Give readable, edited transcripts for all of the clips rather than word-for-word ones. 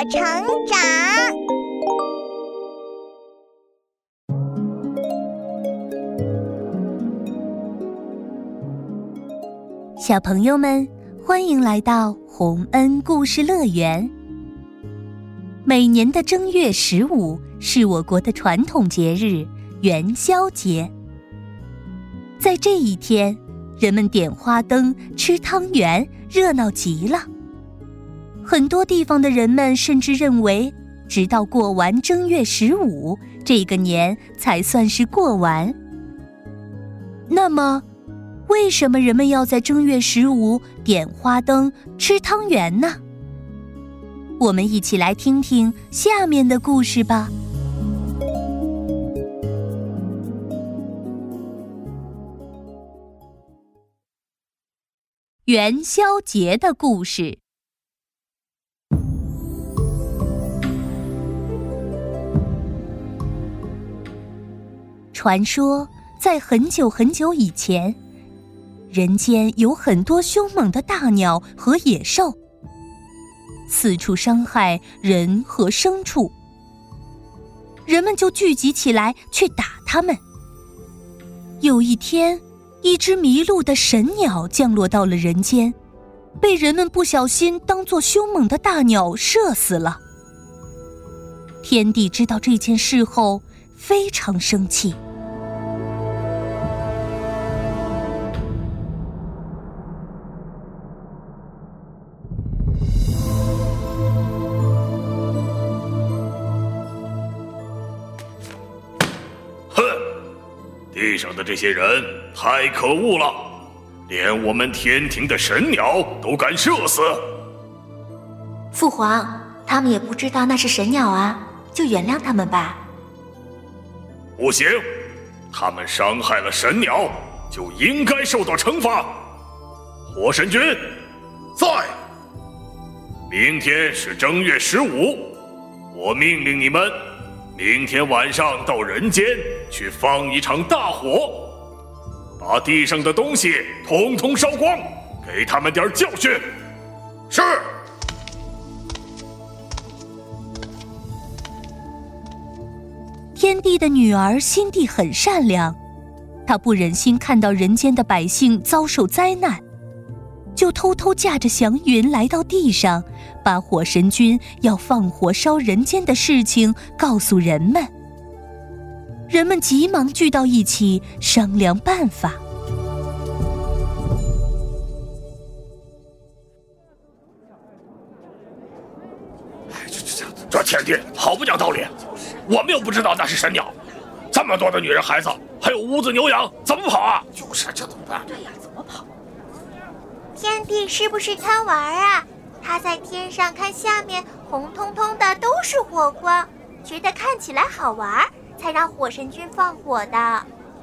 成长。 小朋友们，欢迎来到洪恩故事乐园。每年的正月15是我国的传统节日元宵节。在这一天，人们点花灯、吃汤圆，热闹极了。很多地方的人们甚至认为，直到过完正月15，这个年才算是过完。那么，为什么人们要在正月15点花灯、吃汤圆呢？我们一起来听听下面的故事吧。元宵节的故事。传说，在很久很久以前，人间有很多凶猛的大鸟和野兽，四处伤害人和牲畜。人们就聚集起来去打它们。有一天，一只迷路的神鸟降落到了人间，被人们不小心当作凶猛的大鸟射死了。天帝知道这件事后，非常生气。 地上的这些人太可恶了，连我们天庭的神鸟都敢射死。 父皇，他们也不知道那是神鸟啊，就原谅他们吧。 不行，他们伤害了神鸟，就应该受到惩罚。火神君在。明天是正月15，我命令你们明天晚上到人间去放一场大火，把地上的东西统统烧光，给他们点教训。是。 天帝的女儿心地很善良，她不忍心看到人间的百姓遭受灾难，就偷偷驾着祥云来到地上，把火神君要放火烧人间的事情告诉人们。人们急忙聚到一起商量办法。 这天帝好不讲道理，我们又不知道那是神鸟，这么多的女人孩子，还有屋子牛羊，怎么跑啊？ 就是这怎么办？ 对呀，怎么跑？ 天帝是不是贪玩啊？他在天上看下面红彤彤的都是火光，觉得看起来好玩，才让火神君放火的。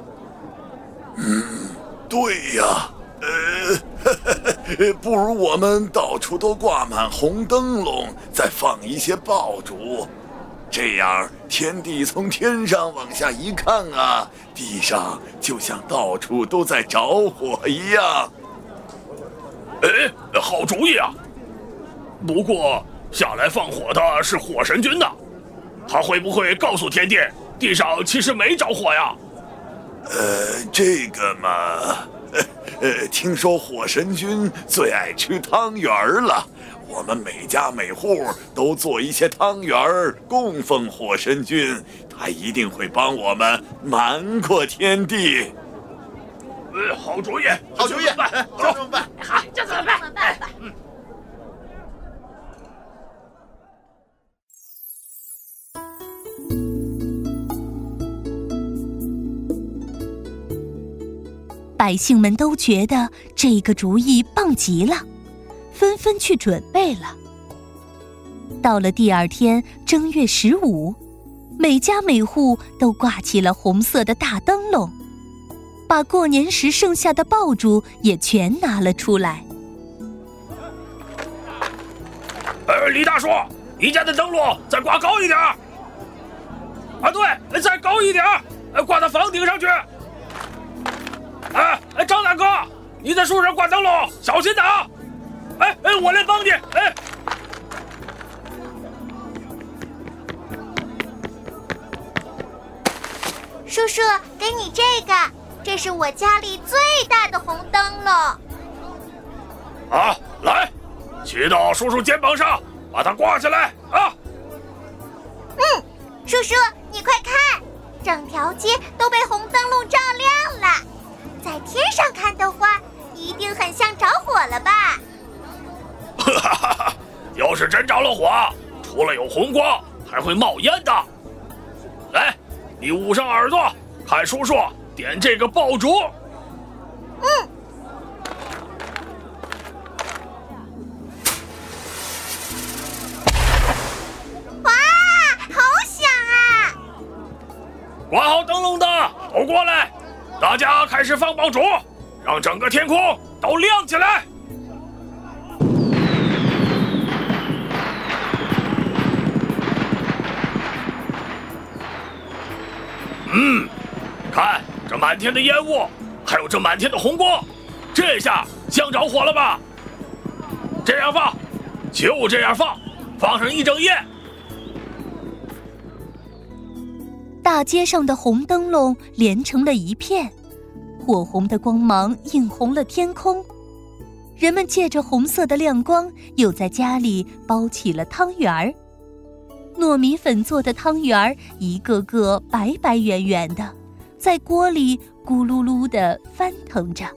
对呀，不如我们到处都挂满红灯笼，再放一些爆竹，这样天帝从天上往下一看啊，地上就像到处都在着火一样。 好主意啊！不过下来放火的是火神君的，他会不会告诉天帝，地上其实没着火呀？ 这个嘛，听说火神君最爱吃汤圆了，我们每家每户都做一些汤圆供奉火神君，他一定会帮我们瞒过天帝。 好主意， 好主意，就这么办。 好，就这么办吧。 百姓们都觉得这个主意棒极了，纷纷去准备了。到了第二天正月15，每家每户都挂起了红色的大灯笼，把过年时剩下的爆竹也全拿了出来。 李大叔，你家的灯笼再挂高一点。啊，对，再高一点，挂到房顶上去。张大哥，你在树上挂灯笼，小心点啊！我来帮你。 叔叔，给你这个，这是我家里最大的红灯笼。 啊，来，骑到叔叔肩膀上，把它挂起来啊！ 叔叔，你快看，整条街都被红灯笼照亮了。在天上看的话，一定很像着火了吧？ 哈哈哈！要是真着了火，除了有红光，还会冒烟的。来，你捂上耳朵，看叔叔点这个爆竹。 哇，好响啊！ 挂好灯笼的都过来，大家开始放爆竹，让整个天空都亮起来。看这满天的烟雾，还有这满天的红光，这下像着火了吧？这样放，就这样放，放上一整夜。 大街上的红灯笼连成了一片，火红的光芒映红了天空。人们借着红色的亮光，又在家里包起了汤圆儿。糯米粉做的汤圆儿，一个个白白圆圆的，在锅里咕噜噜地翻腾着。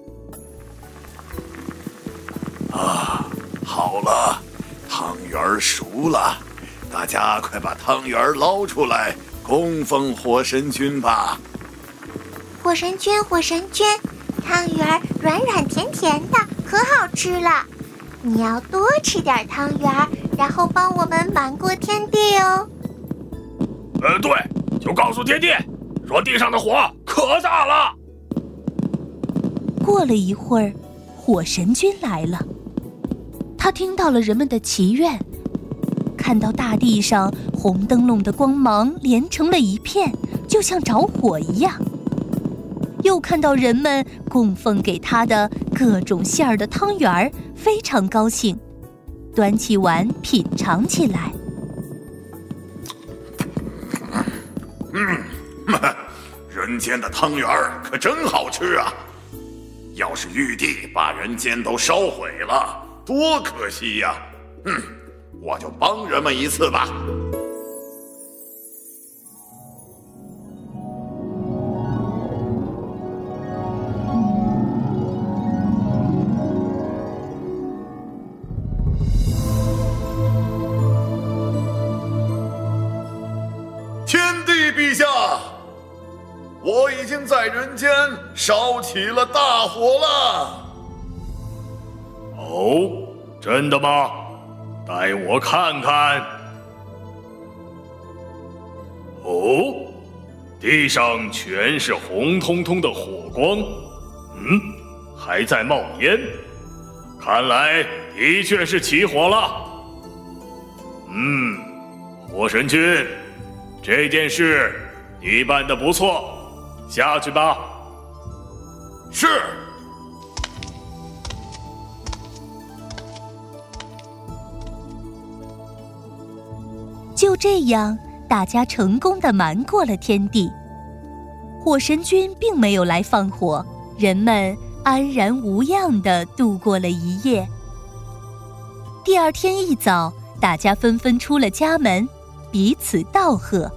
啊，好了，汤圆熟了，大家快把汤圆捞出来，供奉火神君吧。 火神君，火神君，汤圆软软甜甜的，可好吃了。你要多吃点汤圆，然后帮我们瞒过天帝哦。 对，就告诉天帝，说地上的火可大了。 过了一会儿，火神君来了，他听到了人们的祈愿，看到大地上红灯笼的光芒连成了一片，就像着火一样。又看到人们供奉给他的各种馅儿的汤圆儿，非常高兴，端起碗品尝起来。 人间的汤圆可真好吃啊！要是玉帝把人间都烧毁了，多可惜呀！我就帮人们一次吧。天帝陛下，我已经在人间烧起了大火了。 哦，真的吗？带我看看。哦，地上全是红彤彤的火光，还在冒烟，看来的确是起火了。火神君，这件事你办得不错，下去吧。 是。 就这样，大家成功地瞒过了天帝。火神君并没有来放火，人们安然无恙地度过了一夜。第二天一早，大家纷纷出了家门，彼此道贺。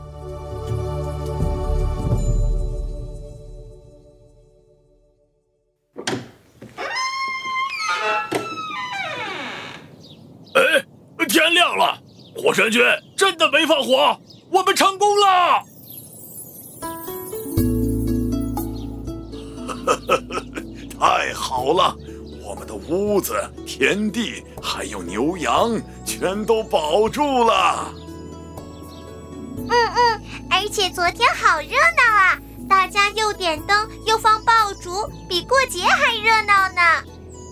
天亮了，火神君真的没放火，我们成功了！ 太好了，我们的屋子、田地还有牛羊全都保住了。 而且昨天好热闹啊，大家又点灯又放爆竹，比过节还热闹呢。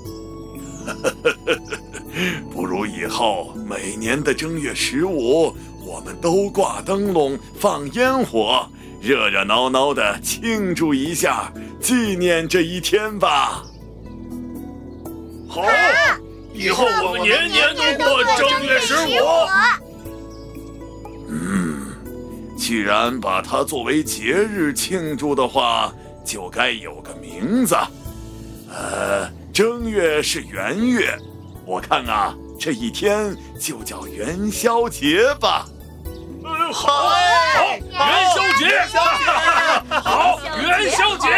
不如以后每年的正月15，我们都挂灯笼、放烟火，热热闹闹的庆祝一下，纪念这一天吧。 好，以后我们年年都过正月15。 既然把它作为节日庆祝的话，就该有个名字。正月是元月，我看啊，这一天就叫元宵节吧。 好，元宵节，好，元宵节。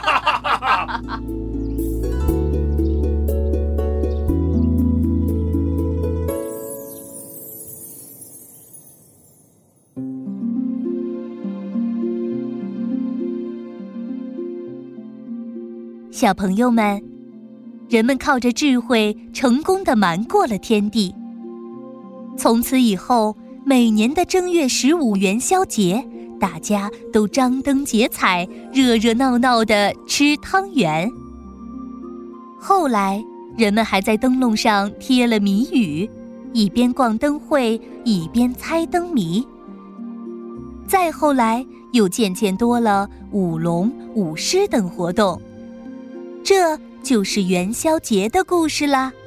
小朋友们，人们靠着智慧成功地瞒过了天帝。从此以后，每年的正月15元宵节，大家都张灯结彩，热热闹闹地吃汤圆。后来，人们还在灯笼上贴了谜语，一边逛灯会，一边猜灯谜。再后来，又渐渐多了舞龙、舞狮等活动。这就是元宵节的故事啦。